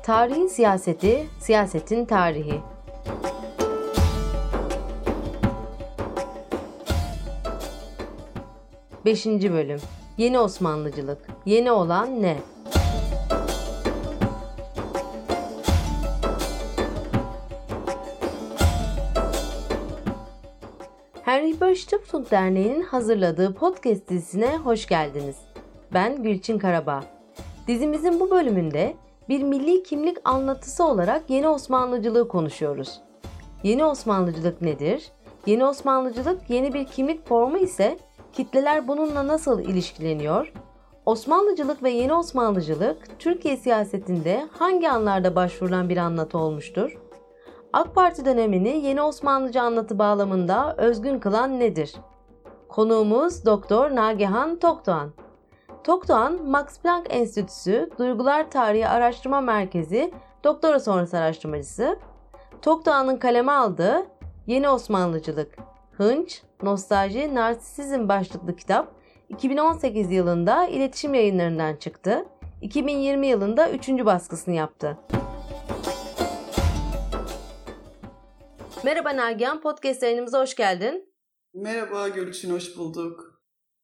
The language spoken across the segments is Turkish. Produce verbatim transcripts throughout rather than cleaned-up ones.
Tarihin siyaseti, siyasetin tarihi. Beşinci bölüm. Yeni Osmanlıcılık. Yeni olan ne? Heinrich Böll Stiftung Derneği'nin hazırladığı podcast dizisine hoş geldiniz. Ben Gülçin Karabağ. Dizimizin bu bölümünde bir milli kimlik anlatısı olarak Yeni Osmanlıcılığı konuşuyoruz. Yeni Osmanlıcılık nedir? Yeni Osmanlıcılık yeni bir kimlik formu ise kitleler bununla nasıl ilişkileniyor? Osmanlıcılık ve Yeni Osmanlıcılık Türkiye siyasetinde hangi anlarda başvurulan bir anlatı olmuştur? AK Parti dönemini Yeni Osmanlıcı anlatı bağlamında özgün kılan nedir? Konuğumuz Doktor Nagihan Tokdoğan. Tokdoğan, Max Planck Enstitüsü Duygular Tarihi Araştırma Merkezi doktora sonrası araştırmacısı. Tokdoğan'ın kaleme aldığı Yeni Osmanlıcılık, Hınç, Nostalji, Narsisizm başlıklı kitap iki bin on sekiz yılında iletişim yayınlarından çıktı. iki bin yirmi yılında üçüncü baskısını yaptı. Merhaba Nagihan, podcast yayınımıza hoş geldin. Merhaba Gülçin, hoş bulduk.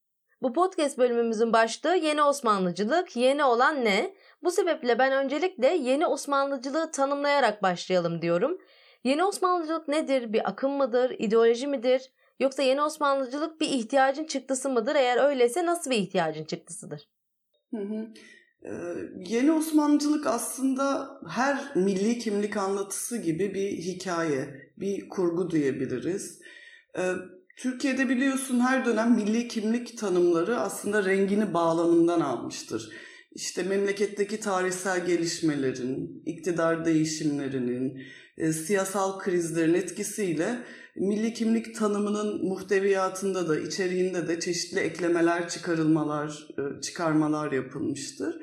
Bu podcast bölümümüzün başlığı Yeni Osmanlıcılık, yeni olan ne? Bu sebeple ben öncelikle Yeni Osmanlıcılığı tanımlayarak başlayalım diyorum. Yeni Osmanlıcılık nedir? Bir akım mıdır? İdeoloji midir? Yoksa Yeni Osmanlıcılık bir ihtiyacın çıktısı mıdır? Eğer öyleyse nasıl bir ihtiyacın çıktısıdır? Hı hı. Ee, Yeni Osmanlıcılık aslında her milli kimlik anlatısı gibi bir hikaye, bir kurgu diyebiliriz. Ee, Türkiye'de biliyorsun her dönem milli kimlik tanımları aslında rengini bağlamından almıştır. İşte memleketteki tarihsel gelişmelerin, iktidar değişimlerinin, e, siyasal krizlerin etkisiyle milli kimlik tanımının muhteviyatında da, içeriğinde de çeşitli eklemeler, çıkarılmalar, e, çıkarmalar yapılmıştır.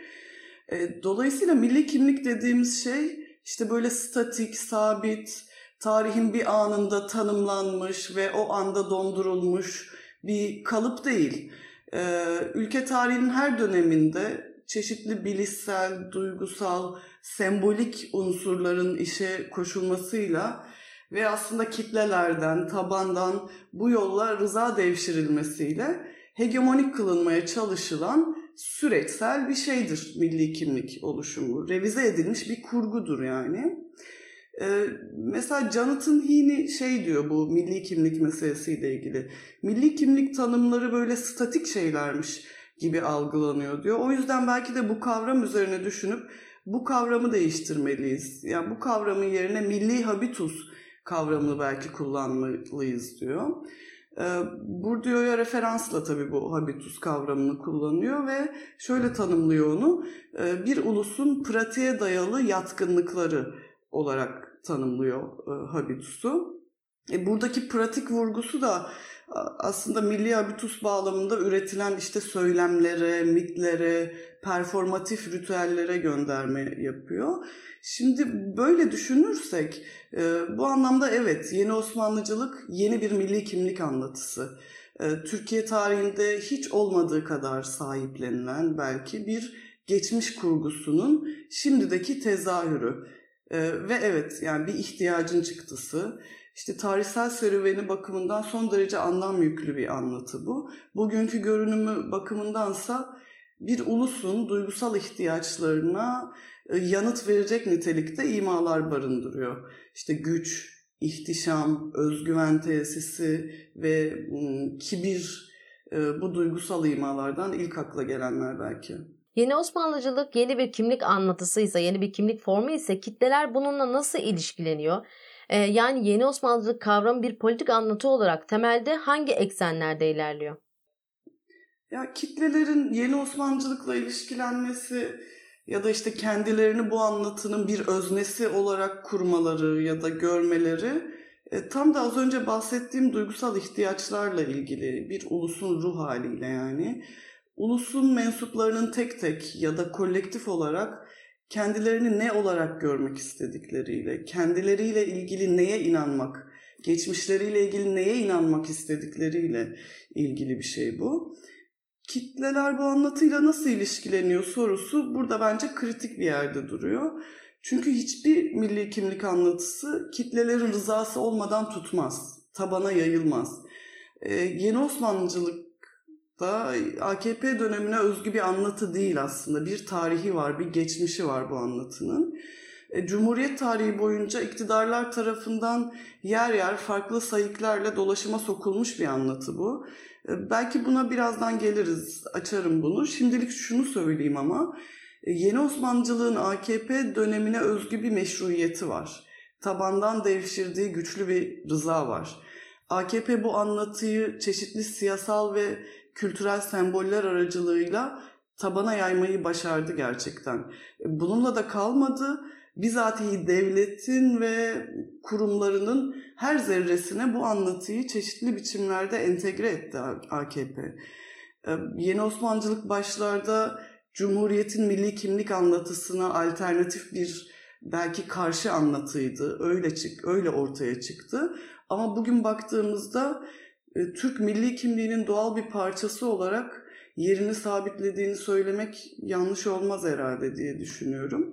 E, dolayısıyla milli kimlik dediğimiz şey işte böyle statik, sabit, tarihin bir anında tanımlanmış ve o anda dondurulmuş bir kalıp değil. Ee, ülke tarihinin her döneminde çeşitli bilişsel, duygusal, sembolik unsurların işe koşulmasıyla ve aslında kitlelerden, tabandan bu yolla rıza devşirilmesiyle hegemonik kılınmaya çalışılan süreçsel bir şeydir milli kimlik oluşumu. Revize edilmiş bir kurgudur yani. Ee, mesela Jonathan Heaney şey diyor bu milli kimlik meselesiyle ilgili. Milli kimlik tanımları böyle statik şeylermiş gibi algılanıyor diyor. O yüzden belki de bu kavram üzerine düşünüp bu kavramı değiştirmeliyiz. Yani bu kavramın yerine milli habitus kavramını belki kullanmalıyız diyor. Ee, Bourdieu'ya referansla tabii bu habitus kavramını kullanıyor ve şöyle tanımlıyor onu. Ee, bir ulusun pratiğe dayalı yatkınlıkları olarak tanımlıyor e, habitusu. E, buradaki pratik vurgusu da aslında milli habitus bağlamında üretilen işte söylemlere, mitlere, performatif ritüellere gönderme yapıyor. Şimdi böyle düşünürsek e, bu anlamda evet Yeni Osmanlıcılık yeni bir milli kimlik anlatısı. E, Türkiye tarihinde hiç olmadığı kadar sahiplenilen belki bir geçmiş kurgusunun şimdideki tezahürü. Ee, ve evet yani bir ihtiyacın çıktısı. İşte tarihsel serüveni bakımından son derece anlam yüklü bir anlatı bu. Bugünkü görünümü bakımındansa bir ulusun duygusal ihtiyaçlarına e, yanıt verecek nitelikte imalar barındırıyor. İşte güç, ihtişam, özgüven tesisi ve m, kibir e, bu duygusal imalardan ilk akla gelenler belki. Yeni Osmanlıcılık yeni bir kimlik anlatısıysa, yeni bir kimlik formu ise kitleler bununla nasıl ilişkileniyor? Ee, yani Yeni Osmanlıcılık kavramı bir politik anlatı olarak temelde hangi eksenlerde ilerliyor? Ya kitlelerin Yeni Osmanlıcılıkla ilişkilenmesi ya da işte kendilerini bu anlatının bir öznesi olarak kurmaları ya da görmeleri e, tam da az önce bahsettiğim duygusal ihtiyaçlarla ilgili bir ulusun ruh haliyle yani. Ulusun mensuplarının tek tek ya da kolektif olarak kendilerini ne olarak görmek istedikleriyle, kendileriyle ilgili neye inanmak, geçmişleriyle ilgili neye inanmak istedikleriyle ilgili bir şey bu. Kitleler bu anlatıyla nasıl ilişkileniyor sorusu burada bence kritik bir yerde duruyor. Çünkü hiçbir milli kimlik anlatısı kitlelerin rızası olmadan tutmaz, tabana yayılmaz. Ee, yeni Osmanlıcılık da A K P dönemine özgü bir anlatı değil aslında. Bir tarihi var, bir geçmişi var bu anlatının. Cumhuriyet tarihi boyunca iktidarlar tarafından yer yer farklı sayıklarla dolaşıma sokulmuş bir anlatı bu. Belki buna birazdan geliriz, açarım bunu. Şimdilik şunu söyleyeyim ama yeni Osmanlıcılığın A K P dönemine özgü bir meşruiyeti var. Tabandan devşirdiği güçlü bir rıza var. A K P bu anlatıyı çeşitli siyasal ve kültürel semboller aracılığıyla tabana yaymayı başardı gerçekten. Bununla da kalmadı. Bizatihi devletin ve kurumlarının her zerresine bu anlatıyı çeşitli biçimlerde entegre etti A K P. Yeni Osmanlıcılık başlarda Cumhuriyet'in milli kimlik anlatısına alternatif bir belki karşı anlatıydı. Öyle çık, öyle ortaya çıktı. Ama bugün baktığımızda Türk milli kimliğinin doğal bir parçası olarak yerini sabitlediğini söylemek yanlış olmaz herhalde diye düşünüyorum.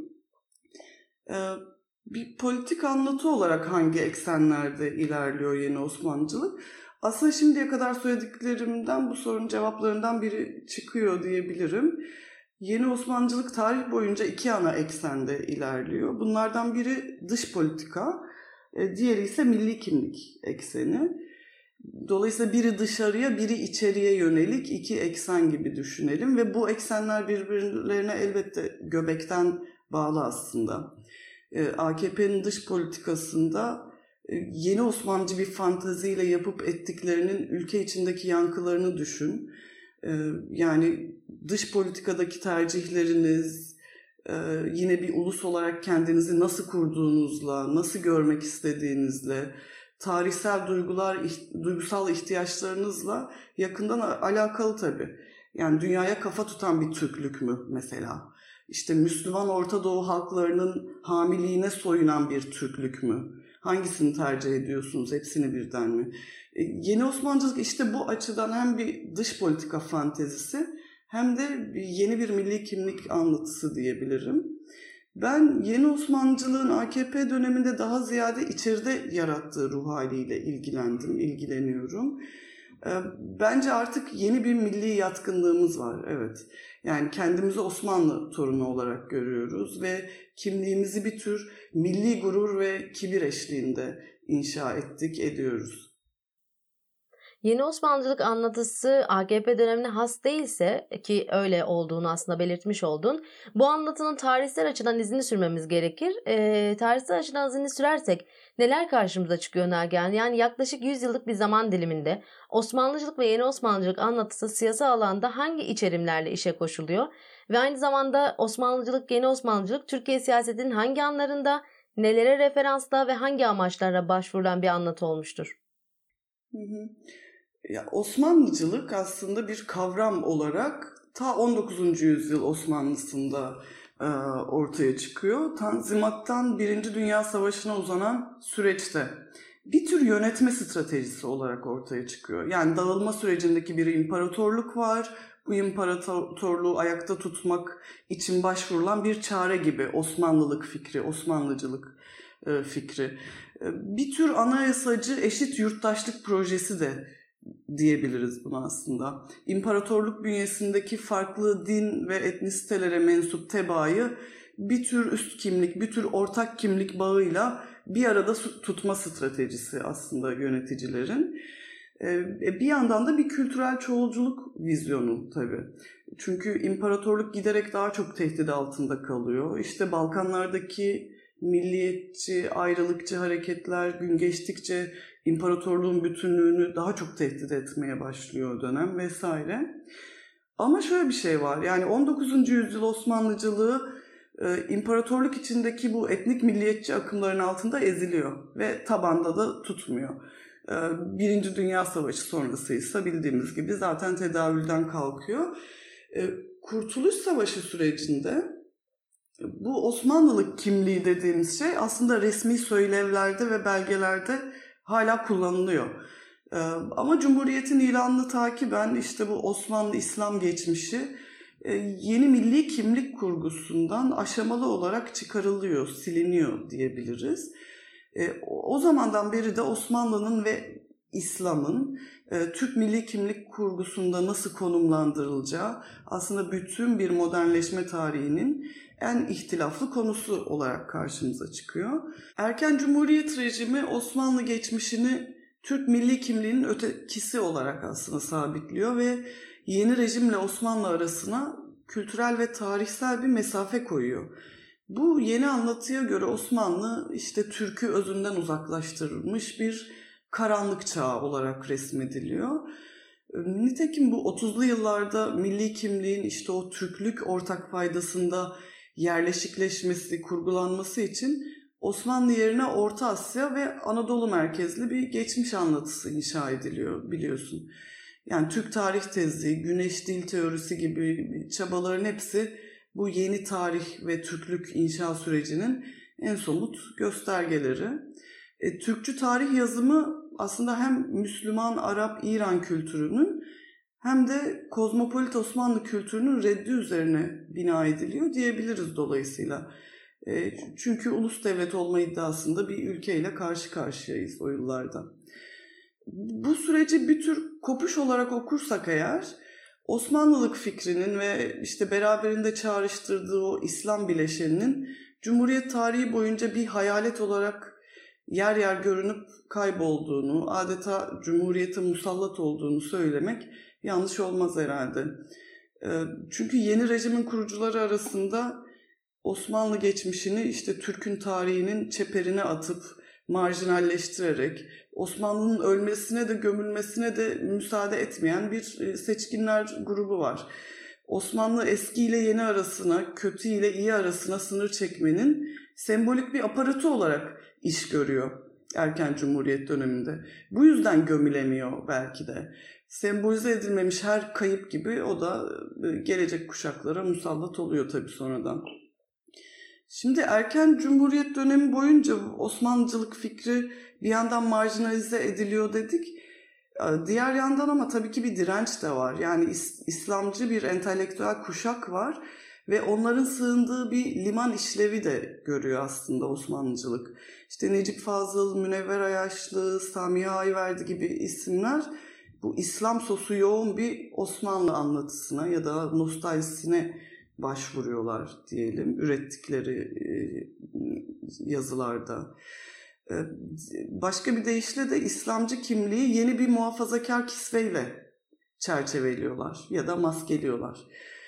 Bir politik anlatı olarak hangi eksenlerde ilerliyor yeni Osmanlıcılık? Aslında şimdiye kadar söylediklerimden bu sorunun cevaplarından biri çıkıyor diyebilirim. Yeni Osmanlıcılık tarih boyunca iki ana eksende ilerliyor. Bunlardan biri dış politika, diğeri ise milli kimlik ekseni. Dolayısıyla biri dışarıya, biri içeriye yönelik iki eksen gibi düşünelim ve bu eksenler birbirlerine elbette göbekten bağlı aslında. A K P'nin dış politikasında yeni Osmanlıcı bir fantaziyle yapıp ettiklerinin ülke içindeki yankılarını düşün. Yani dış politikadaki tercihleriniz, yine bir ulus olarak kendinizi nasıl kurduğunuzla, nasıl görmek istediğinizle, tarihsel duygular, duygusal ihtiyaçlarınızla yakından alakalı tabii. Yani dünyaya kafa tutan bir Türklük mü mesela? İşte Müslüman Orta Doğu halklarının hamiliğine soyunan bir Türklük mü? Hangisini tercih ediyorsunuz? Hepsini birden mi? E, yeni Osmanlıcılık işte bu açıdan hem bir dış politika fantezisi hem de yeni bir milli kimlik anlatısı diyebilirim. Ben yeni Osmanlıcılığın A K P döneminde daha ziyade içeride yarattığı ruh haliyle ilgilendim, ilgileniyorum. Bence artık yeni bir milli yatkınlığımız var, evet. Yani kendimizi Osmanlı torunu olarak görüyoruz ve kimliğimizi bir tür milli gurur ve kibir eşliğinde inşa ettik, ediyoruz. Yeni Osmanlıcılık anlatısı A K P dönemine has değilse, ki öyle olduğunu aslında belirtmiş oldun, bu anlatının tarihsel açıdan izini sürmemiz gerekir. E, tarihsel açıdan izini sürersek neler karşımıza çıkıyor Nagihan? Yani yaklaşık yüz yıllık bir zaman diliminde Osmanlıcılık ve yeni Osmanlıcılık anlatısı siyasal alanda hangi içerimlerle işe koşuluyor? Ve aynı zamanda Osmanlıcılık, yeni Osmanlıcılık Türkiye siyasetinin hangi anlarında, nelere referansla ve hangi amaçlarla başvurulan bir anlatı olmuştur? Hı hı. Ya Osmanlıcılık aslında bir kavram olarak ta on dokuzuncu yüzyıl Osmanlısında e, ortaya çıkıyor. Tanzimat'tan Birinci Dünya Savaşı'na uzanan süreçte bir tür yönetme stratejisi olarak ortaya çıkıyor. Yani dağılma sürecindeki bir imparatorluk var. Bu imparatorluğu ayakta tutmak için başvurulan bir çare gibi Osmanlılık fikri, Osmanlıcılık e, fikri. E, bir tür anayasacı eşit yurttaşlık projesi de diyebiliriz buna aslında. İmparatorluk bünyesindeki farklı din ve etnisitelere mensup tebaayı bir tür üst kimlik, bir tür ortak kimlik bağıyla bir arada tutma stratejisi aslında yöneticilerin. Bir yandan da bir kültürel çoğulculuk vizyonu tabii. Çünkü imparatorluk giderek daha çok tehdit altında kalıyor. İşte Balkanlardaki milliyetçi, ayrılıkçı hareketler gün geçtikçe imparatorluğun bütünlüğünü daha çok tehdit etmeye başlıyor o dönem vesaire. Ama şöyle bir şey var. Yani on dokuzuncu yüzyıl Osmanlıcılığı e, imparatorluk içindeki bu etnik milliyetçi akımların altında eziliyor ve tabanda da tutmuyor. E, Birinci Dünya Savaşı sonrasıysa bildiğimiz gibi zaten tedavülden kalkıyor. E, Kurtuluş Savaşı sürecinde bu Osmanlılık kimliği dediğimiz şey aslında resmi söylevlerde ve belgelerde hala kullanılıyor. Ee, ama Cumhuriyet'in ilanını takiben işte bu Osmanlı İslam geçmişi yeni milli kimlik kurgusundan aşamalı olarak çıkarılıyor, siliniyor diyebiliriz. O zamandan beri de Osmanlı'nın ve İslam'ın Türk milli kimlik kurgusunda nasıl konumlandırılacağı aslında bütün bir modernleşme tarihinin en ihtilaflı konusu olarak karşımıza çıkıyor. Erken Cumhuriyet rejimi Osmanlı geçmişini Türk milli kimliğinin ötekisi olarak aslında sabitliyor ve yeni rejimle Osmanlı arasına kültürel ve tarihsel bir mesafe koyuyor. Bu yeni anlatıya göre Osmanlı işte Türk'ü özünden uzaklaştırılmış bir karanlık çağı olarak resmediliyor. Nitekim bu otuzlu yıllarda milli kimliğin işte o Türklük ortak paydasında yerleşikleşmesi, kurgulanması için Osmanlı yerine Orta Asya ve Anadolu merkezli bir geçmiş anlatısı inşa ediliyor biliyorsun. Yani Türk tarih tezi, Güneş dil teorisi gibi çabaların hepsi bu yeni tarih ve Türklük inşa sürecinin en somut göstergeleri. E, Türkçü tarih yazımı aslında hem Müslüman, Arap, İran kültürünün hem de kozmopolit Osmanlı kültürünün reddi üzerine bina ediliyor diyebiliriz dolayısıyla. E, çünkü ulus devlet olma iddiasında bir ülkeyle karşı karşıyayız o yıllarda. Bu süreci bir tür kopuş olarak okursak eğer, Osmanlılık fikrinin ve işte beraberinde çağrıştırdığı o İslam bileşeninin Cumhuriyet tarihi boyunca bir hayalet olarak yer yer görünüp kaybolduğunu, adeta Cumhuriyete musallat olduğunu söylemek yanlış olmaz herhalde. Çünkü yeni rejimin kurucuları arasında Osmanlı geçmişini işte Türk'ün tarihinin çeperine atıp marjinalleştirerek Osmanlı'nın ölmesine de gömülmesine de müsaade etmeyen bir seçkinler grubu var. Osmanlı eski ile yeni arasına, kötü ile iyi arasına sınır çekmenin sembolik bir aparatı olarak iş görüyor erken Cumhuriyet döneminde. Bu yüzden gömülemiyor belki de. Sembolize edilmemiş her kayıp gibi o da gelecek kuşaklara musallat oluyor tabii sonradan. Şimdi erken Cumhuriyet dönemi boyunca Osmanlıcılık fikri bir yandan marjinalize ediliyor dedik. Diğer yandan ama tabii ki bir direnç de var. Yani İs- İslamcı bir entelektüel kuşak var ve onların sığındığı bir liman işlevi de görüyor aslında Osmanlıcılık. İşte Necip Fazıl, Münevver Ayaşlı, Samiha Ayverdi gibi isimler bu İslam sosu yoğun bir Osmanlı anlatısına ya da nostaljisine başvuruyorlar diyelim ürettikleri yazılarda. Başka bir deyişle de İslamcı kimliği yeni bir muhafazakar kisveyle çerçeveliyorlar ya da maskeliyorlar.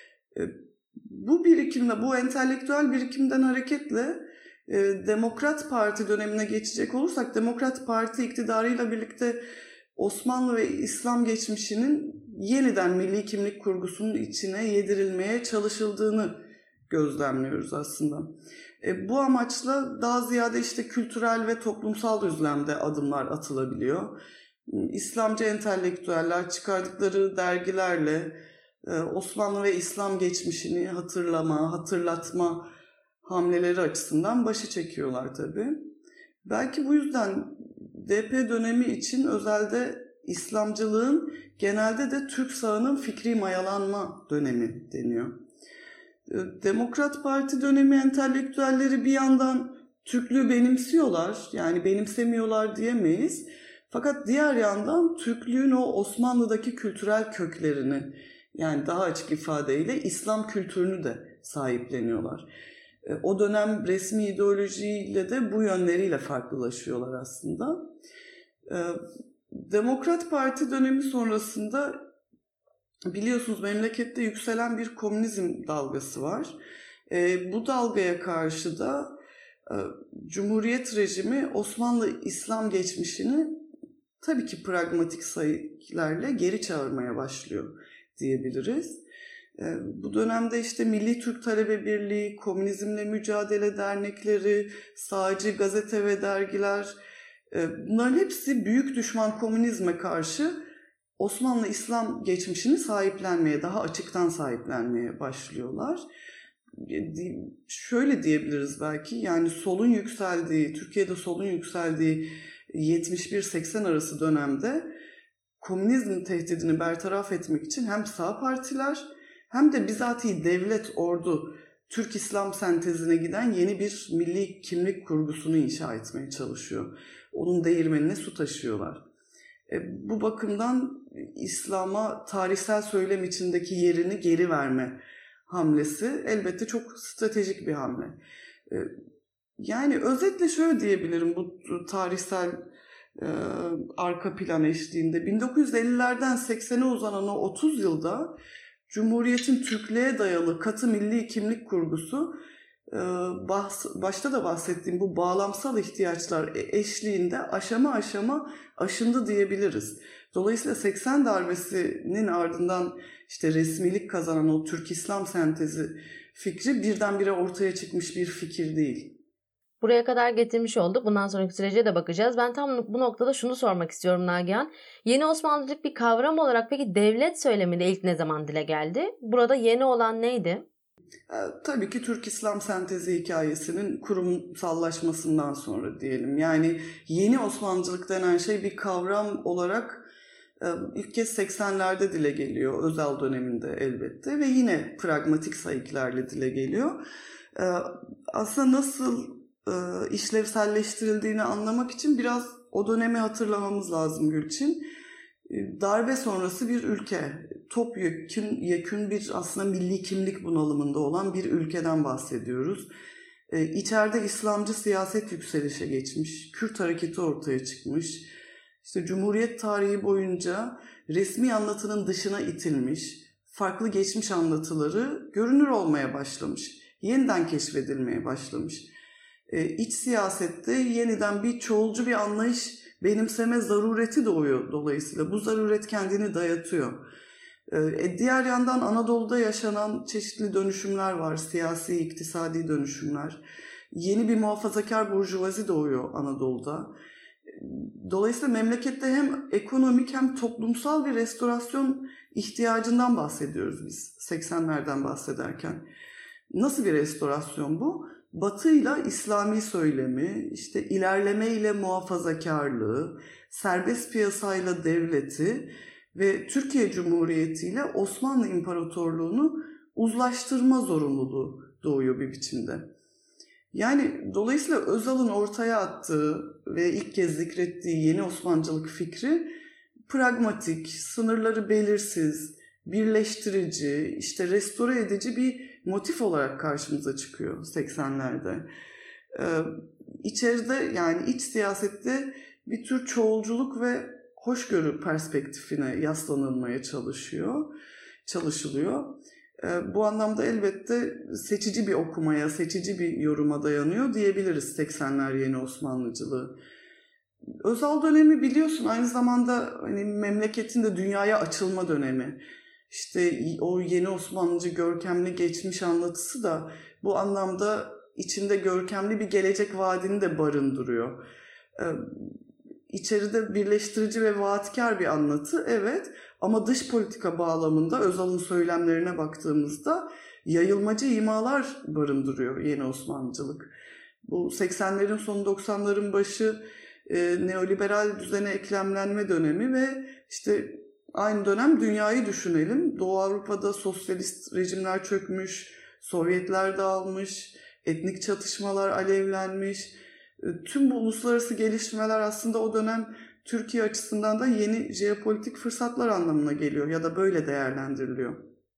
Bu birikimle, bu entelektüel birikimden hareketle Demokrat Parti dönemine geçecek olursak, Demokrat Parti iktidarıyla birlikte Osmanlı ve İslam geçmişinin yeniden milli kimlik kurgusunun içine yedirilmeye çalışıldığını gözlemliyoruz aslında. E, bu amaçla daha ziyade işte kültürel ve toplumsal düzlemde adımlar atılabiliyor. İslamcı entelektüeller çıkardıkları dergilerle e, Osmanlı ve İslam geçmişini hatırlama, hatırlatma hamleleri açısından başı çekiyorlar tabii. Belki bu yüzden D P dönemi için özelde İslamcılığın genelde de Türk sağının fikri mayalanma dönemi deniyor. Demokrat Parti dönemi entelektüelleri bir yandan Türklüğü benimsiyorlar, yani benimsemiyorlar diyemeyiz. Fakat diğer yandan Türklüğün o Osmanlı'daki kültürel köklerini, yani daha açık ifadeyle İslam kültürünü de sahipleniyorlar. O dönem resmi ideolojiyle de bu yönleriyle farklılaşıyorlar aslında. Demokrat Parti dönemi sonrasında biliyorsunuz memlekette yükselen bir komünizm dalgası var. Bu dalgaya karşı da Cumhuriyet rejimi Osmanlı İslam geçmişini tabii ki pragmatik sayılarla geri çağırmaya başlıyor diyebiliriz. Bu dönemde işte Milli Türk Talebe Birliği, Komünizmle Mücadele Dernekleri, sağcı gazete ve dergiler, bunların hepsi büyük düşman komünizme karşı Osmanlı İslam geçmişini sahiplenmeye, daha açıktan sahiplenmeye başlıyorlar. Şöyle diyebiliriz belki, yani solun yükseldiği, Türkiye'de solun yükseldiği yetmiş bir seksen arası dönemde komünizm tehdidini bertaraf etmek için hem sağ partiler hem de bizatihi devlet, ordu, Türk İslam sentezine giden yeni bir milli kimlik kurgusunu inşa etmeye çalışıyor. Onun değirmenine su taşıyorlar. E, bu bakımdan İslam'a tarihsel söylem içindeki yerini geri verme hamlesi elbette çok stratejik bir hamle. E, yani özetle şöyle diyebilirim bu tarihsel e, arka plan eşliğinde. bin dokuz yüz ellilerden seksene uzanan o otuz yılda Cumhuriyet'in Türklüğe dayalı katı milli kimlik kurgusu başta da bahsettiğim bu bağlamsal ihtiyaçlar eşliğinde aşama aşama aşındı diyebiliriz. Dolayısıyla seksen darbesinin ardından işte resmilik kazanan o Türk İslam sentezi fikri birdenbire ortaya çıkmış bir fikir değil. Buraya kadar getirmiş olduk. Bundan sonraki sürece de bakacağız. Ben tam bu noktada şunu sormak istiyorum Nagihan. Yeni Osmanlıcılık bir kavram olarak peki devlet söyleminde ilk ne zaman dile geldi? Burada yeni olan neydi? Tabii ki Türk İslam sentezi hikayesinin kurumsallaşmasından sonra diyelim. Yani yeni Osmanlıcılık denen şey bir kavram olarak ilk kez seksenlerde dile geliyor. Özal döneminde elbette ve yine pragmatik sayıklarla dile geliyor. Aslında nasıl işlevselleştirildiğini anlamak için biraz o dönemi hatırlamamız lazım Gülçin. Darbe sonrası bir ülke, topyekün yekün bir aslında milli kimlik bunalımında olan bir ülkeden bahsediyoruz. Ee, içeride İslamcı siyaset yükselişe geçmiş, Kürt hareketi ortaya çıkmış. İşte Cumhuriyet tarihi boyunca resmi anlatının dışına itilmiş, farklı geçmiş anlatıları görünür olmaya başlamış, yeniden keşfedilmeye başlamış. Ee, iç siyasette yeniden bir çoğulcu bir anlayış benimseme zarureti doğuyor dolayısıyla. Bu zaruret kendini dayatıyor. Ee, diğer yandan Anadolu'da yaşanan çeşitli dönüşümler var. Siyasi, iktisadi dönüşümler. Yeni bir muhafazakar burjuvazi doğuyor Anadolu'da. Dolayısıyla memlekette hem ekonomik hem toplumsal bir restorasyon ihtiyacından bahsediyoruz biz seksenlerden bahsederken. Nasıl bir restorasyon bu? Batı'yla İslami söylemi, işte ilerlemeyle muhafazakarlığı, serbest piyasayla devleti ve Türkiye Cumhuriyeti ile Osmanlı İmparatorluğu'nu uzlaştırma zorunluluğu doğuyor bir biçimde. Yani dolayısıyla Özal'ın ortaya attığı ve ilk kez zikrettiği yeni Osmancılık fikri pragmatik, sınırları belirsiz, birleştirici, işte restore edici bir motif olarak karşımıza çıkıyor seksenlerde. Ee, içeride yani iç siyasette bir tür çoğulculuk ve hoşgörü perspektifine yaslanılmaya çalışıyor, çalışılıyor. Ee, bu anlamda elbette seçici bir okumaya, seçici bir yoruma dayanıyor diyebiliriz seksenler yeni Osmanlıcılığı. Özal dönemi biliyorsun aynı zamanda hani memleketin de dünyaya açılma dönemi. İşte o yeni Osmanlıcı görkemli geçmiş anlatısı da bu anlamda içinde görkemli bir gelecek vaadini de barındırıyor. Ee, içeride birleştirici ve vaatkar bir anlatı evet ama dış politika bağlamında Özal'ın söylemlerine baktığımızda yayılmacı imalar barındırıyor yeni Osmanlıcılık. Bu seksenlerin sonu doksanların başı e, neoliberal düzene eklemlenme dönemi ve işte aynı dönem dünyayı düşünelim. Doğu Avrupa'da sosyalist rejimler çökmüş, Sovyetler dağılmış, etnik çatışmalar alevlenmiş. Tüm bu uluslararası gelişmeler aslında o dönem Türkiye açısından da yeni jeopolitik fırsatlar anlamına geliyor ya da böyle değerlendiriliyor.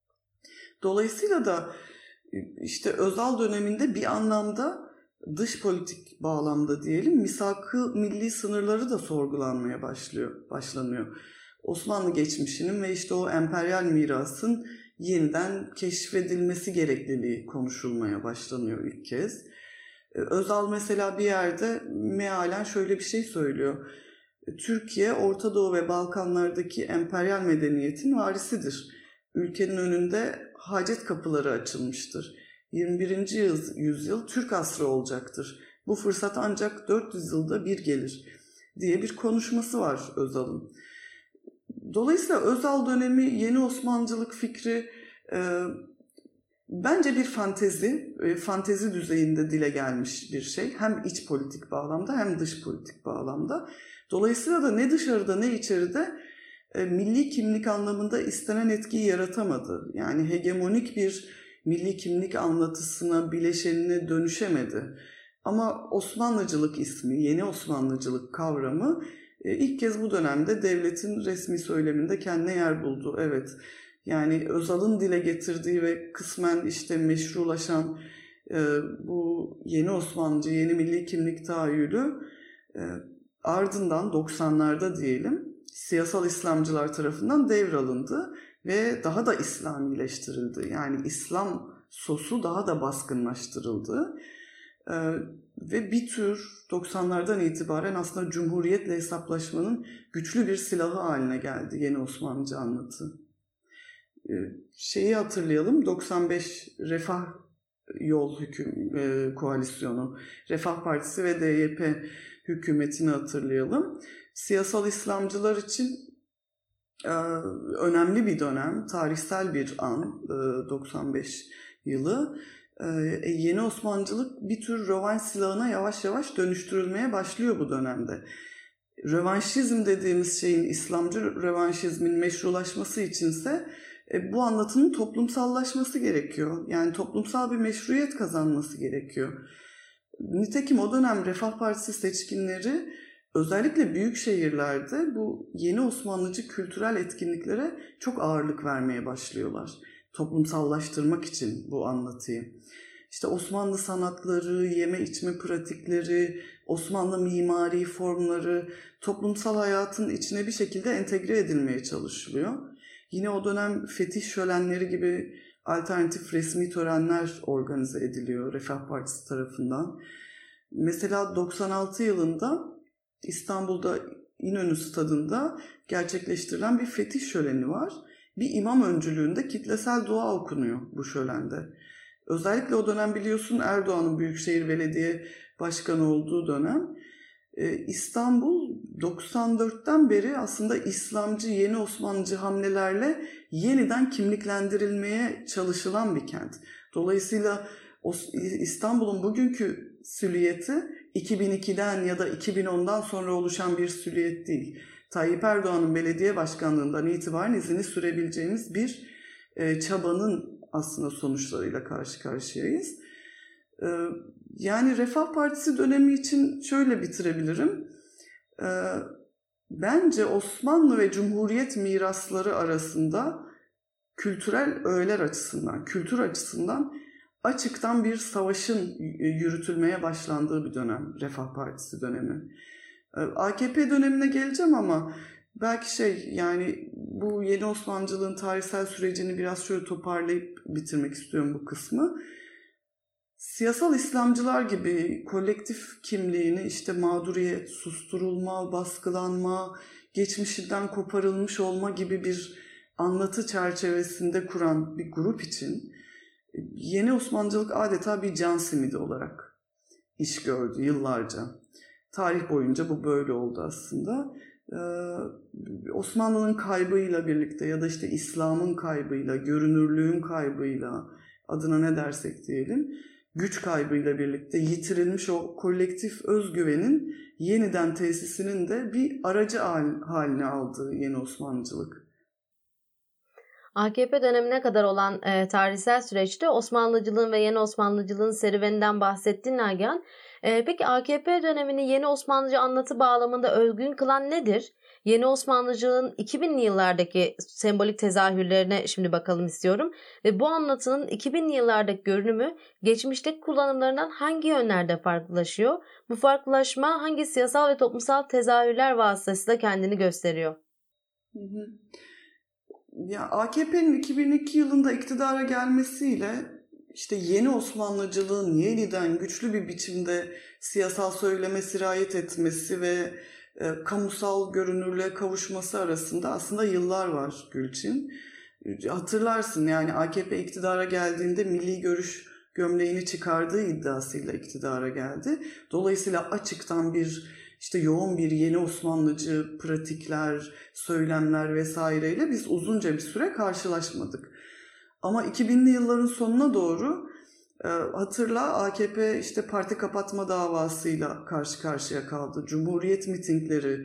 Dolayısıyla da işte Özal döneminde bir anlamda dış politik bağlamda diyelim misak-ı milli sınırları da sorgulanmaya başlıyor, başlanıyor. Osmanlı geçmişinin ve işte o emperyal mirasın yeniden keşfedilmesi gerekliliği konuşulmaya başlanıyor ilk kez. Özal mesela bir yerde mealen şöyle bir şey söylüyor. Türkiye, Orta Doğu ve Balkanlardaki emperyal medeniyetin varisidir. Ülkenin önünde hacet kapıları açılmıştır. yirmi birinci yüzyıl Türk asrı olacaktır. Bu fırsat ancak dört yüz yılda bir gelir diye bir konuşması var Özal'ın. Dolayısıyla Özal dönemi yeni Osmanlıcılık fikri e, bence bir fantezi, e, fantezi düzeyinde dile gelmiş bir şey. Hem iç politik bağlamda hem dış politik bağlamda. Dolayısıyla da ne dışarıda ne içeride e, milli kimlik anlamında istenen etkiyi yaratamadı. Yani hegemonik bir milli kimlik anlatısına, bileşenine dönüşemedi. Ama Osmanlıcılık ismi, yeni Osmanlıcılık kavramı e, ilk kez bu dönemde devletin resmi söyleminde kendine yer buldu. Evet, yani Özal'ın dile getirdiği ve kısmen işte meşrulaşan e, bu yeni Osmanlıcı, yeni milli kimlik tahayyülü e, ardından doksanlarda diyelim siyasal İslamcılar tarafından devralındı ve daha da İslamileştirildi. Yani İslam sosu daha da baskınlaştırıldı. Ee, ve bir tür doksanlardan itibaren aslında Cumhuriyet'le hesaplaşmanın güçlü bir silahı haline geldi yeni Osmanlıcı anlatı. Ee, şeyi hatırlayalım, doksan beş Refah Yol hüküm, e, koalisyonu, Refah Partisi ve D Y P hükümetini hatırlayalım. Siyasal İslamcılar için e, önemli bir dönem, tarihsel bir an, e, doksan beş yılı. E, yeni Osmanlıcılık bir tür rövanş silahına yavaş yavaş dönüştürülmeye başlıyor bu dönemde. Rövanşizm dediğimiz şeyin, İslamcı rövanşizmin meşrulaşması içinse e, bu anlatının toplumsallaşması gerekiyor. Yani toplumsal bir meşruiyet kazanması gerekiyor. Nitekim o dönem Refah Partisi seçkinleri özellikle büyük şehirlerde bu yeni Osmanlıcı kültürel etkinliklere çok ağırlık vermeye başlıyorlar. Toplumsallaştırmak için bu anlatıyı. İşte Osmanlı sanatları, yeme içme pratikleri, Osmanlı mimari formları toplumsal hayatın içine bir şekilde entegre edilmeye çalışılıyor. Yine o dönem fetih şölenleri gibi alternatif resmi törenler organize ediliyor Refah Partisi tarafından. Mesela doksan altı yılında İstanbul'da İnönü Stadı'nda gerçekleştirilen bir fetih şöleni var. Bir imam öncülüğünde kitlesel dua okunuyor bu şölende. Özellikle o dönem biliyorsun Erdoğan'ın Büyükşehir Belediye Başkanı olduğu dönem. Ee, İstanbul doksan dörtten beri aslında İslamcı, yeni Osmanlıcı hamlelerle yeniden kimliklendirilmeye çalışılan bir kent. Dolayısıyla İstanbul'un bugünkü silüeti iki bin ikiden ya da iki bin ondan sonra oluşan bir silüet değil. Tayyip Erdoğan'ın belediye başkanlığından itibaren izini sürebileceğimiz bir e, çabanın aslında sonuçlarıyla karşı karşıyayız. E, yani Refah Partisi dönemi için şöyle bitirebilirim. E, bence Osmanlı ve Cumhuriyet mirasları arasında kültürel öğeler açısından, kültür açısından açıktan bir savaşın yürütülmeye başlandığı bir dönem Refah Partisi dönemi. A K P dönemine geleceğim ama belki şey yani bu yeni Osmanlıcılığın tarihsel sürecini biraz şöyle toparlayıp bitirmek istiyorum bu kısmı. Siyasal İslamcılar gibi kolektif kimliğini işte mağduriyet, susturulma, baskılanma, geçmişinden koparılmış olma gibi bir anlatı çerçevesinde kuran bir grup için yeni Osmanlıcılık adeta bir can simidi olarak iş gördü yıllarca. Tarih boyunca bu böyle oldu aslında. Ee, Osmanlı'nın kaybıyla birlikte ya da işte İslam'ın kaybıyla, görünürlüğün kaybıyla, adına ne dersek diyelim, güç kaybıyla birlikte yitirilmiş o kolektif özgüvenin yeniden tesisinin de bir aracı haline aldığı yeni Osmanlıcılık. A K P dönemine kadar olan e, tarihsel süreçte Osmanlıcılığın ve yeni Osmanlıcılığın serüveninden bahsettin Nagihan. E, peki A K P dönemini yeni Osmanlıcı anlatı bağlamında özgün kılan nedir? Yeni Osmanlıcılığın iki binli yıllardaki sembolik tezahürlerine şimdi bakalım istiyorum. Ve bu anlatının iki binli yıllardaki görünümü geçmişteki kullanımlarından hangi yönlerde farklılaşıyor? Bu farklılaşma hangi siyasal ve toplumsal tezahürler vasıtasıyla kendini gösteriyor? Hı hı. Ya A K P'nin iki bin iki yılında iktidara gelmesiyle işte yeni Osmanlıcılığın yeniden güçlü bir biçimde siyasal söyleme sirayet etmesi ve e, kamusal görünürlüğe kavuşması arasında aslında yıllar var Gülçin. Hatırlarsın yani A K P iktidara geldiğinde milli görüş gömleğini çıkardığı iddiasıyla iktidara geldi. Dolayısıyla açıktan bir İşte yoğun bir yeni Osmanlıcı pratikler, söylemler vesaireyle biz uzunca bir süre karşılaşmadık. Ama iki binli yılların sonuna doğru e, hatırla A K P işte parti kapatma davasıyla karşı karşıya kaldı. Cumhuriyet mitingleri,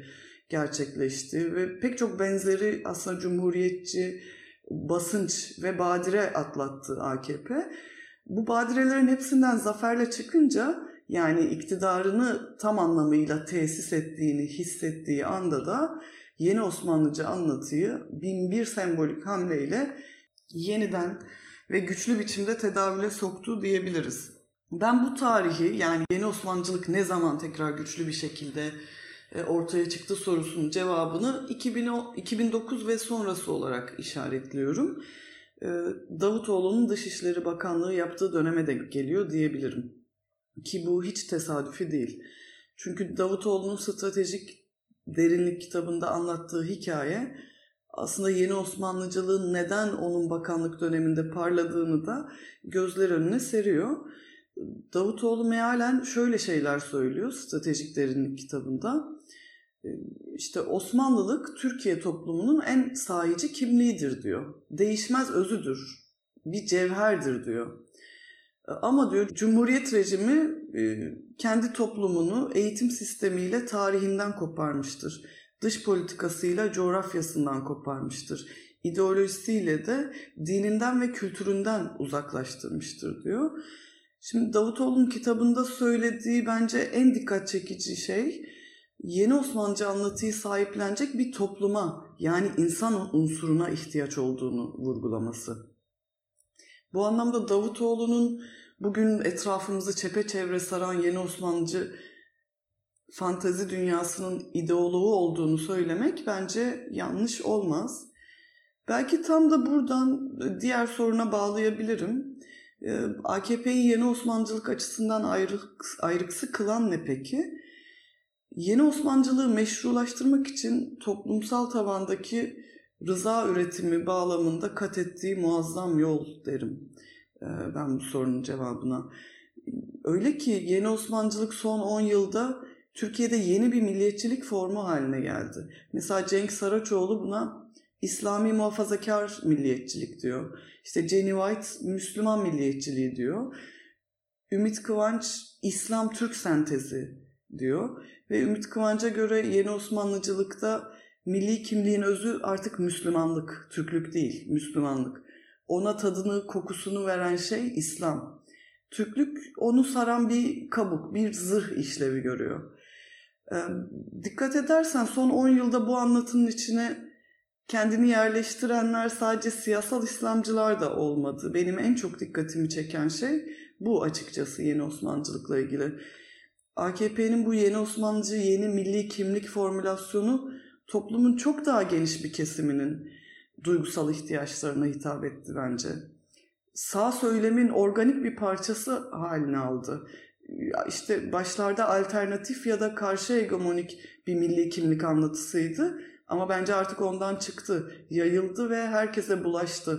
gerçekleşti ve pek çok benzeri aslında cumhuriyetçi basınç ve badire atlattı A K P. Bu badirelerin hepsinden zaferle çıkınca, yani iktidarını tam anlamıyla tesis ettiğini hissettiği anda da yeni Osmanlıcı anlatıyı bin bir sembolik hamleyle yeniden ve güçlü biçimde tedavüle soktu diyebiliriz. Ben bu tarihi, yani yeni Osmanlıcılık ne zaman tekrar güçlü bir şekilde ortaya çıktı sorusunun cevabını iki bin dokuz ve sonrası olarak işaretliyorum. Davutoğlu'nun Dışişleri Bakanlığı yaptığı döneme de geliyor diyebilirim. Ki bu hiç tesadüfi değil. Çünkü Davutoğlu'nun Stratejik Derinlik kitabında anlattığı hikaye aslında yeni Osmanlıcılığın neden onun bakanlık döneminde parladığını da gözler önüne seriyor. Davutoğlu mealen şöyle şeyler söylüyor Stratejik Derinlik kitabında. İşte Osmanlılık Türkiye toplumunun en sahici kimliğidir diyor. Değişmez özüdür, bir cevherdir diyor. Ama diyor Cumhuriyet rejimi kendi toplumunu eğitim sistemiyle tarihinden koparmıştır. Dış politikasıyla coğrafyasından koparmıştır. İdeolojisiyle de dininden ve kültüründen uzaklaştırmıştır diyor. Şimdi Davutoğlu'nun kitabında söylediği bence en dikkat çekici şey, yeni Osmanlıcı anlatıyı sahiplenecek bir topluma, yani insan unsuruna ihtiyaç olduğunu vurgulaması. Bu anlamda Davutoğlu'nun bugün etrafımızı çepeçevre saran yeni Osmanlıcı fantezi dünyasının ideoloğu olduğunu söylemek bence yanlış olmaz. Belki tam da buradan diğer soruna bağlayabilirim. A K P'yi yeni Osmanlıcılık açısından ayrık, ayrıksı kılan ne peki? Yeni Osmanlıcılığı meşrulaştırmak için toplumsal tabandaki rıza üretimi bağlamında kat ettiği muazzam yol derim ben bu sorunun cevabına. Öyle ki yeni Osmanlıcılık son on yılda Türkiye'de yeni bir milliyetçilik formu haline geldi. Mesela Cenk Saraçoğlu buna İslami muhafazakar milliyetçilik diyor. İşte Jenny White Müslüman milliyetçiliği diyor. Ümit Kıvanç İslam-Türk sentezi diyor. Ve Ümit Kıvanç'a göre yeni Osmanlıcılıkta milli kimliğin özü artık Müslümanlık, Türklük değil, Müslümanlık. Ona tadını, kokusunu veren şey İslam. Türklük onu saran bir kabuk, bir zırh işlevi görüyor. Ee, dikkat edersen son on yılda bu anlatının içine kendini yerleştirenler sadece siyasal İslamcılar da olmadı. Benim en çok dikkatimi çeken şey bu açıkçası yeni Osmanlıcılıkla ilgili. A K P'nin bu yeni Osmanlıcı, yeni milli kimlik formülasyonu toplumun çok daha geniş bir kesiminin duygusal ihtiyaçlarına hitap etti bence. Sağ söylemin organik bir parçası haline aldı. İşte başlarda alternatif ya da karşı hegemonik bir milli kimlik anlatısıydı. Ama bence artık ondan çıktı, yayıldı ve herkese bulaştı.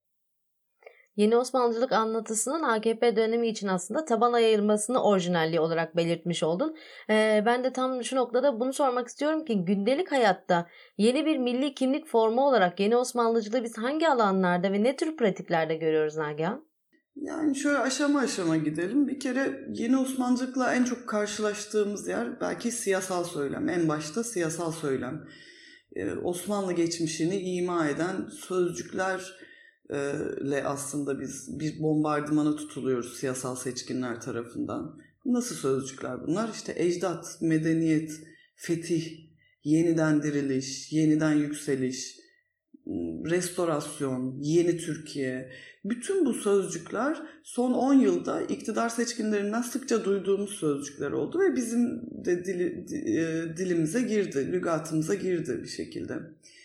Yeni Osmanlıcılık anlatısının A K P dönemi için aslında tabana yayılmasını orijinalliği olarak belirtmiş oldun. Ee, ben de tam şu noktada bunu sormak istiyorum ki gündelik hayatta yeni bir milli kimlik formu olarak yeni Osmanlıcılığı biz hangi alanlarda ve ne tür pratiklerde görüyoruz Nagihan? Yani şöyle aşama aşama gidelim. Bir kere yeni Osmanlıcılıkla en çok karşılaştığımız yer belki siyasal söylem. En başta siyasal söylem. Ee, Osmanlı geçmişini ima eden sözcükler ile aslında biz bir bombardımana tutuluyoruz siyasal seçkinler tarafından. Nasıl sözcükler bunlar? İşte ecdat, medeniyet, fetih, yeniden diriliş, yeniden yükseliş, restorasyon, yeni Türkiye. Bütün bu sözcükler son on yılda iktidar seçkinlerinden sıkça duyduğumuz sözcükler oldu ve bizim de dili, dilimize girdi, lügatımıza girdi bir şekilde.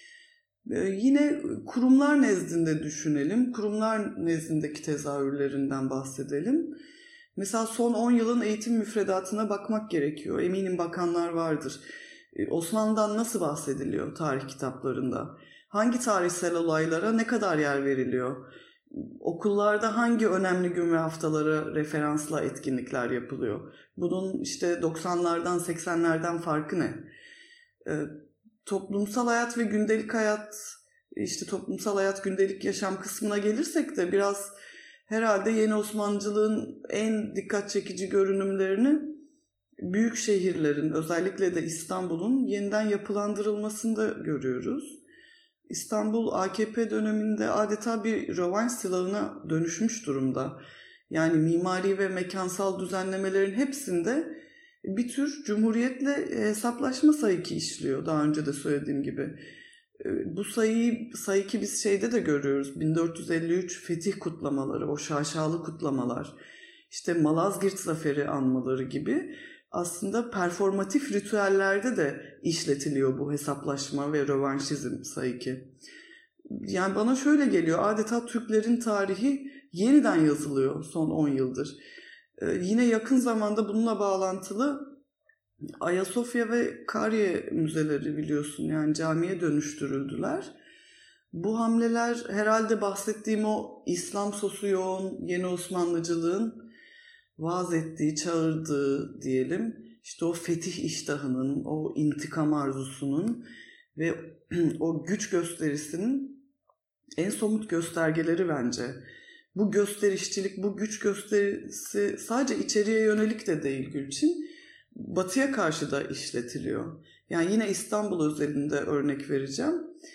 Yine kurumlar nezdinde düşünelim. Kurumlar nezdindeki tezahürlerinden bahsedelim. Mesela son on yılın eğitim müfredatına bakmak gerekiyor. Eminim bakanlar vardır. Osmanlı'dan nasıl bahsediliyor tarih kitaplarında? Hangi tarihsel olaylara ne kadar yer veriliyor? Okullarda hangi önemli gün ve haftalara referansla etkinlikler yapılıyor? Bunun işte doksanlardan seksenlerden farkı ne? Toplumsal hayat ve gündelik hayat, işte toplumsal hayat gündelik yaşam kısmına gelirsek de biraz herhalde yeni Osmanlıcılığın en dikkat çekici görünümlerini büyük şehirlerin, özellikle de İstanbul'un yeniden yapılandırılmasını da görüyoruz. İstanbul A K P döneminde adeta bir rövanş silahına dönüşmüş durumda. Yani mimari ve mekansal düzenlemelerin hepsinde bir tür cumhuriyetle hesaplaşma sayıkı işliyor, daha önce de söylediğim gibi. Bu sayıyı sayıkı biz şeyde de görüyoruz. bin dört yüz elli üç fetih kutlamaları, o şaşalı kutlamalar, işte Malazgirt Zaferi anmaları gibi aslında performatif ritüellerde de işletiliyor bu hesaplaşma ve rövanşizm sayıkı. Yani bana şöyle geliyor, adeta Türklerin tarihi yeniden yazılıyor son on yıldır. Ee, yine yakın zamanda bununla bağlantılı Ayasofya ve Kariye müzeleri biliyorsun, yani camiye dönüştürüldüler. Bu hamleler herhalde bahsettiğim o İslam sosu yoğun yeni Osmanlıcılığın vaaz ettiği, çağırdığı diyelim, işte o fetih iştahının, o intikam arzusunun ve o güç gösterisinin en somut göstergeleri bence. Bu gösterişçilik, bu güç gösterisi sadece içeriye yönelik de değil Gülçin, Batı'ya karşı da işletiliyor. Yani yine İstanbul özelinde örnek vereceğim.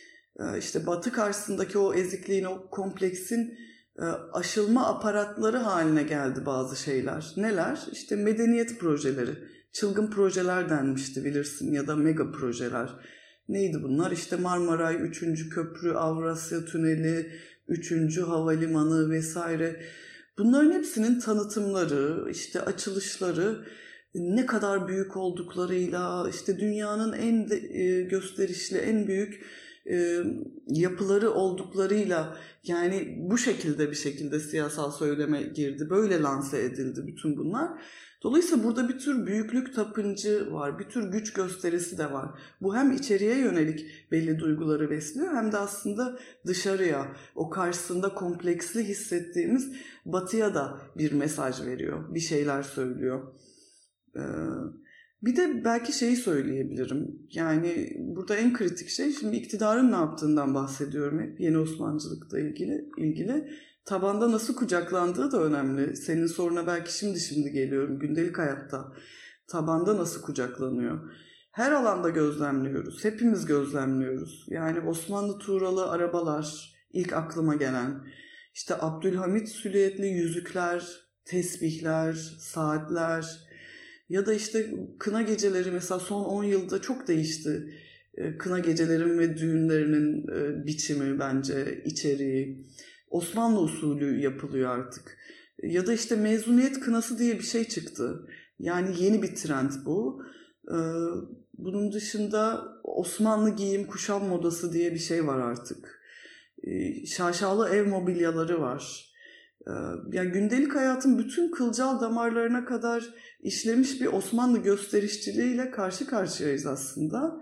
İşte Batı karşısındaki o ezikliğin, o kompleksin aşılma aparatları haline geldi bazı şeyler. Neler? İşte medeniyet projeleri, çılgın projeler denmişti bilirsin, ya da mega projeler. Neydi bunlar? İşte Marmaray, üçüncü Köprü, Avrasya Tüneli, üçüncü Havalimanı vesaire. Bunların hepsinin tanıtımları, işte açılışları, ne kadar büyük olduklarıyla, işte dünyanın en de, e, gösterişli, en büyük e, yapıları olduklarıyla, yani bu şekilde bir şekilde siyasal söyleme girdi. Böyle lanse edildi bütün bunlar. Dolayısıyla burada bir tür büyüklük tapıncı var, bir tür güç gösterisi de var. Bu hem içeriye yönelik belli duyguları besliyor, hem de aslında dışarıya, o karşısında kompleksli hissettiğimiz Batı'ya da bir mesaj veriyor, bir şeyler söylüyor. Ee, bir de belki şeyi söyleyebilirim. Yani burada en kritik şey, şimdi iktidarın ne yaptığından bahsediyorum hep, yeni Osmancılıkla ilgili ilgili. Tabanda nasıl kucaklandığı da önemli. Senin soruna belki şimdi şimdi geliyorum. Gündelik hayatta tabanda nasıl kucaklanıyor? Her alanda gözlemliyoruz. Hepimiz gözlemliyoruz. Yani Osmanlı tuğralı arabalar ilk aklıma gelen. İşte Abdülhamit süliyetli yüzükler, tesbihler, saatler. Ya da işte kına geceleri mesela son on yılda çok değişti. Kına gecelerin ve düğünlerinin biçimi, bence içeriği. Osmanlı usulü yapılıyor artık. Ya da işte mezuniyet kınası diye bir şey çıktı. Yani yeni bir trend bu. Bunun dışında Osmanlı giyim kuşam modası diye bir şey var artık. Şaşalı ev mobilyaları var. Yani gündelik hayatın bütün kılcal damarlarına kadar işlemiş bir Osmanlı gösterişçiliğiyle karşı karşıyayız aslında.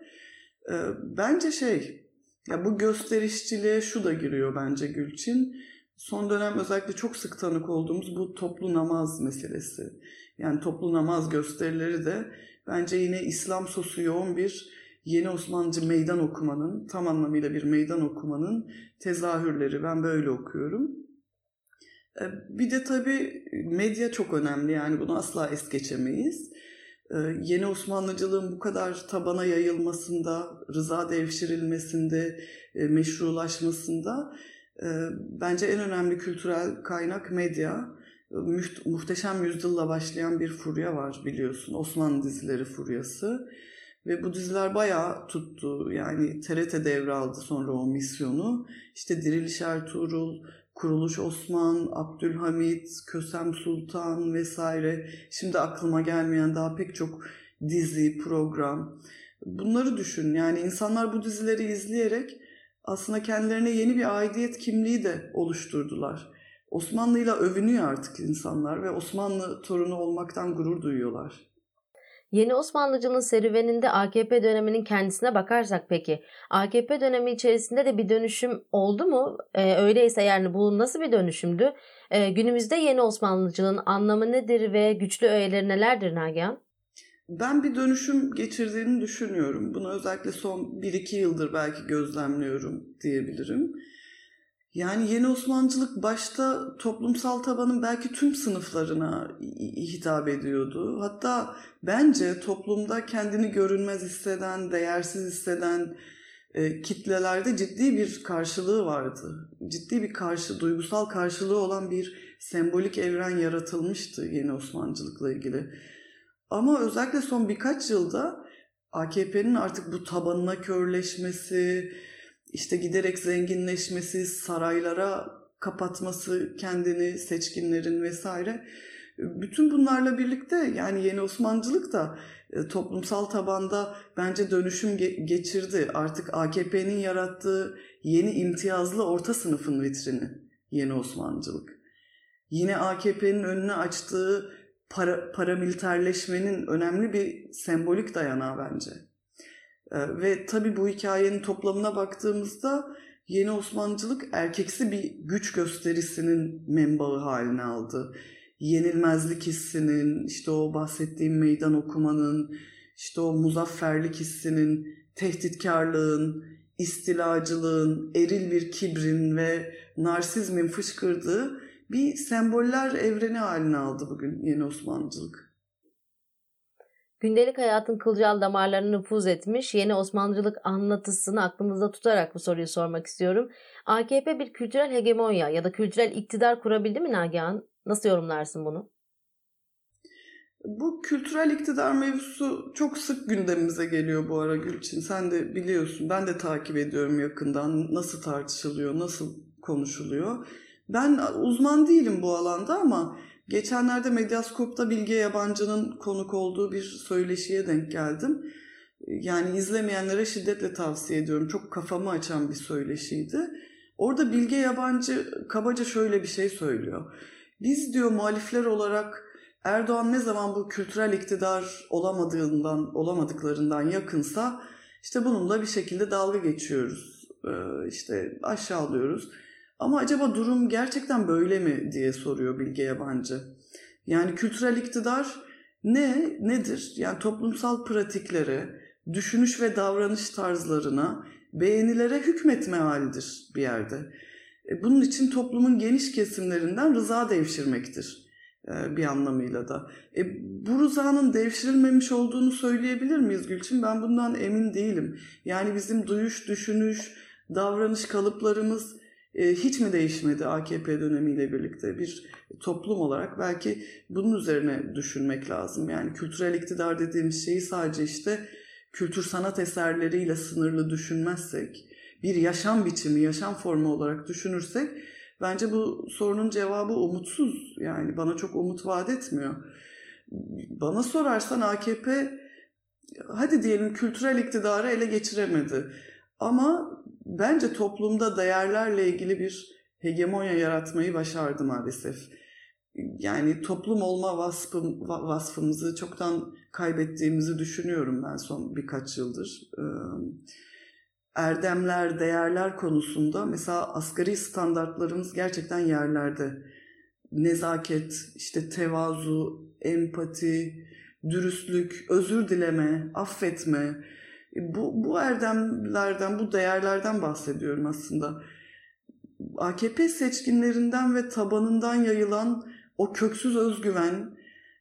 Bence şey, ya bu gösterişçiliğe şu da giriyor bence Gülçin. Son dönem özellikle çok sık tanık olduğumuz bu toplu namaz meselesi. Yani toplu namaz gösterileri de bence yine İslam sosu yoğun bir yeni Osmanlıcı meydan okumanın, tam anlamıyla bir meydan okumanın tezahürleri. Ben böyle okuyorum. Bir de tabii medya çok önemli, yani bunu asla es geçemeyiz. Yeni Osmanlıcılığın bu kadar tabana yayılmasında, rıza devşirilmesinde, meşrulaşmasında bence en önemli kültürel kaynak medya. Muhteşem Yüzyıl'la başlayan bir furya var biliyorsun, Osmanlı dizileri furyası. Ve bu diziler bayağı tuttu, yani T R T devraldı sonra o misyonu. İşte Diriliş Ertuğrul, Kuruluş Osman, Abdülhamit, Kösem Sultan vesaire. Şimdi aklıma gelmeyen daha pek çok dizi, program. Bunları düşün. Yani insanlar bu dizileri izleyerek aslında kendilerine yeni bir aidiyet kimliği de oluşturdular. Osmanlı'yla övünüyor artık insanlar ve Osmanlı torunu olmaktan gurur duyuyorlar. Yeni Osmanlıcılığın serüveninde A K P döneminin kendisine bakarsak peki, A K P dönemi içerisinde de bir dönüşüm oldu mu? Ee, öyleyse yani bu nasıl bir dönüşümdü? Ee, günümüzde yeni Osmanlıcılığın anlamı nedir ve güçlü öğeleri nelerdir Nagihan? Ben bir dönüşüm geçirdiğini düşünüyorum. Bunu özellikle son bir iki yıldır belki gözlemliyorum diyebilirim. Yani yeni Osmancılık başta toplumsal tabanın belki tüm sınıflarına hitap ediyordu. Hatta bence toplumda kendini görünmez hisseden, değersiz hisseden e, kitlelerde ciddi bir karşılığı vardı. Ciddi bir karşı, duygusal karşılığı olan bir sembolik evren yaratılmıştı yeni Osmancılıkla ilgili. Ama özellikle son birkaç yılda A K P'nin artık bu tabanına körleşmesi, işte giderek zenginleşmesi, saraylara kapatması kendini, seçkinlerin vesaire. Bütün bunlarla birlikte yani yeni Osmancılık da toplumsal tabanda bence dönüşüm geçirdi. Artık A K P'nin yarattığı yeni imtiyazlı orta sınıfın vitrini yeni Osmancılık. Yine A K P'nin önüne açtığı para, paramiliterleşmenin önemli bir sembolik dayanağı bence. Ve tabii bu hikayenin toplamına baktığımızda yeni Osmancılık erkeksi bir güç gösterisinin menbaı haline aldı. Yenilmezlik hissinin, işte o bahsettiğim meydan okumanın, işte o muzafferlik hissinin, tehditkarlığın, istilacılığın, eril bir kibrin ve narsizmin fışkırdığı bir semboller evreni haline aldı bugün yeni Osmancılık. Gündelik hayatın kılcal damarlarına nüfuz etmiş yeni Osmancılık anlatısını aklımızda tutarak bu soruyu sormak istiyorum. A K P bir kültürel hegemonya ya da kültürel iktidar kurabildi mi Nagihan? Nasıl yorumlarsın bunu? Bu kültürel iktidar mevzusu çok sık gündemimize geliyor bu ara Gülçin. Sen de biliyorsun, ben de takip ediyorum yakından nasıl tartışılıyor, nasıl konuşuluyor. Ben uzman değilim bu alanda ama geçenlerde Medyaskop'ta Bilge Yabancı'nın konuk olduğu bir söyleşiye denk geldim. Yani izlemeyenlere şiddetle tavsiye ediyorum. Çok kafamı açan bir söyleşiydi. Orada Bilge Yabancı kabaca şöyle bir şey söylüyor. Biz diyor muhalifler olarak Erdoğan ne zaman bu kültürel iktidar olamadığından, olamadıklarından yakınsa işte bununla bir şekilde dalga geçiyoruz. İşte aşağılıyoruz. Ama acaba durum gerçekten böyle mi diye soruyor Bilge Yabancı. Yani kültürel iktidar ne, nedir? Yani toplumsal pratiklere, düşünüş ve davranış tarzlarına, beğenilere hükmetme halidir bir yerde. Bunun için toplumun geniş kesimlerinden rıza devşirmektir bir anlamıyla da. E, bu rızanın devşirilmemiş olduğunu söyleyebilir miyiz Gülçin? Ben bundan emin değilim. Yani bizim duyuş, düşünüş, davranış kalıplarımız e, hiç mi değişmedi A K P dönemiyle birlikte? Bir toplum olarak belki bunun üzerine düşünmek lazım. Yani kültürel iktidar dediğimiz şeyi sadece işte kültür sanat eserleriyle sınırlı düşünmezsek, bir yaşam biçimi, yaşam formu olarak düşünürsek bence bu sorunun cevabı umutsuz. Yani bana çok umut vaat etmiyor. Bana sorarsan A K P hadi diyelim kültürel iktidarı ele geçiremedi. Ama bence toplumda değerlerle ilgili bir hegemonya yaratmayı başardı maalesef. Yani toplum olma vasfım, vasfımızı çoktan kaybettiğimizi düşünüyorum ben son birkaç yıldır. Erdemler, değerler konusunda mesela asgari standartlarımız gerçekten yerlerde. Nezaket, işte tevazu, empati, dürüstlük, özür dileme, affetme. Bu, bu erdemlerden, bu değerlerden bahsediyorum aslında. A K P seçkinlerinden ve tabanından yayılan o köksüz özgüven,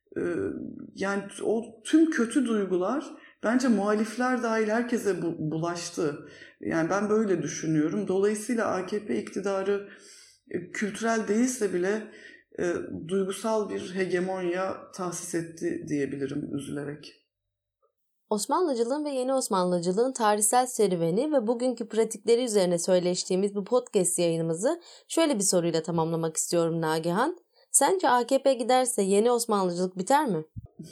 yani o tüm kötü duygular bence muhalifler dahil herkese bulaştı. Yani ben böyle düşünüyorum. Dolayısıyla A K P iktidarı kültürel değilse bile e, duygusal bir hegemonya tahsis etti diyebilirim üzülerek. Osmanlıcılığın ve yeni Osmanlıcılığın tarihsel serüveni ve bugünkü pratikleri üzerine söyleştiğimiz bu podcast yayınımızı şöyle bir soruyla tamamlamak istiyorum Nagihan. Sence A K P giderse yeni Osmanlıcılık biter mi?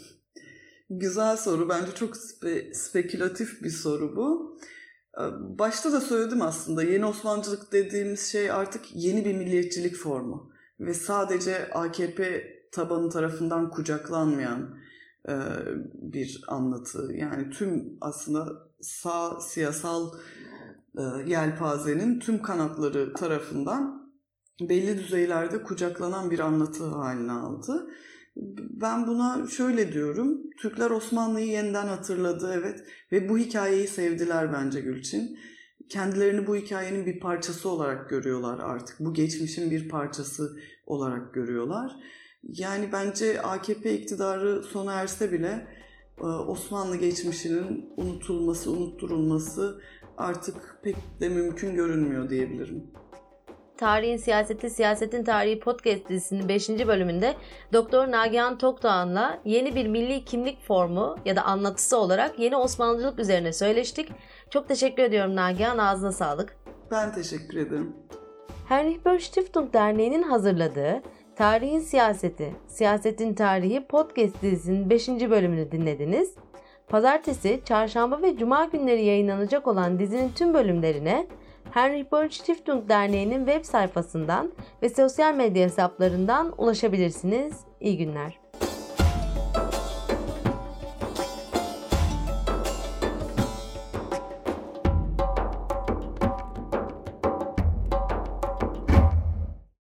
Güzel soru. Bence çok spe- spekülatif bir soru bu. Başta da söyledim aslında. Yeni Osmanlıcılık dediğimiz şey artık yeni bir milliyetçilik formu. Ve sadece A K P tabanı tarafından kucaklanmayan e, bir anlatı. Yani tüm aslında sağ siyasal e, yelpazenin tüm kanatları tarafından belli düzeylerde kucaklanan bir anlatı haline aldı. Ben buna şöyle diyorum. Türkler Osmanlı'yı yeniden hatırladı, evet. Ve bu hikayeyi sevdiler bence Gülçin. kendilerini bu hikayenin bir parçası olarak görüyorlar artık. Bu geçmişin bir parçası olarak görüyorlar. Yani bence A K P iktidarı sona erse bile Osmanlı geçmişinin unutulması, unutturulması artık pek de mümkün görünmüyor diyebilirim. Tarihin Siyaseti, Siyasetin Tarihi podcast dizisinin beşinci bölümünde Doktor Nagihan Tokdoğan'la yeni bir milli kimlik formu ya da anlatısı olarak yeni Osmanlıcılık üzerine söyleştik. Çok teşekkür ediyorum Nagihan, ağzına sağlık. Ben teşekkür ederim. Heinrich Böll Stiftung Derneği'nin hazırladığı Tarihin Siyaseti, Siyasetin Tarihi podcast dizisinin beşinci bölümünü dinlediniz. Pazartesi, çarşamba ve cuma günleri yayınlanacak olan dizinin tüm bölümlerine Heinrich Böll Stiftung Derneği'nin web sayfasından ve sosyal medya hesaplarından ulaşabilirsiniz. İyi günler.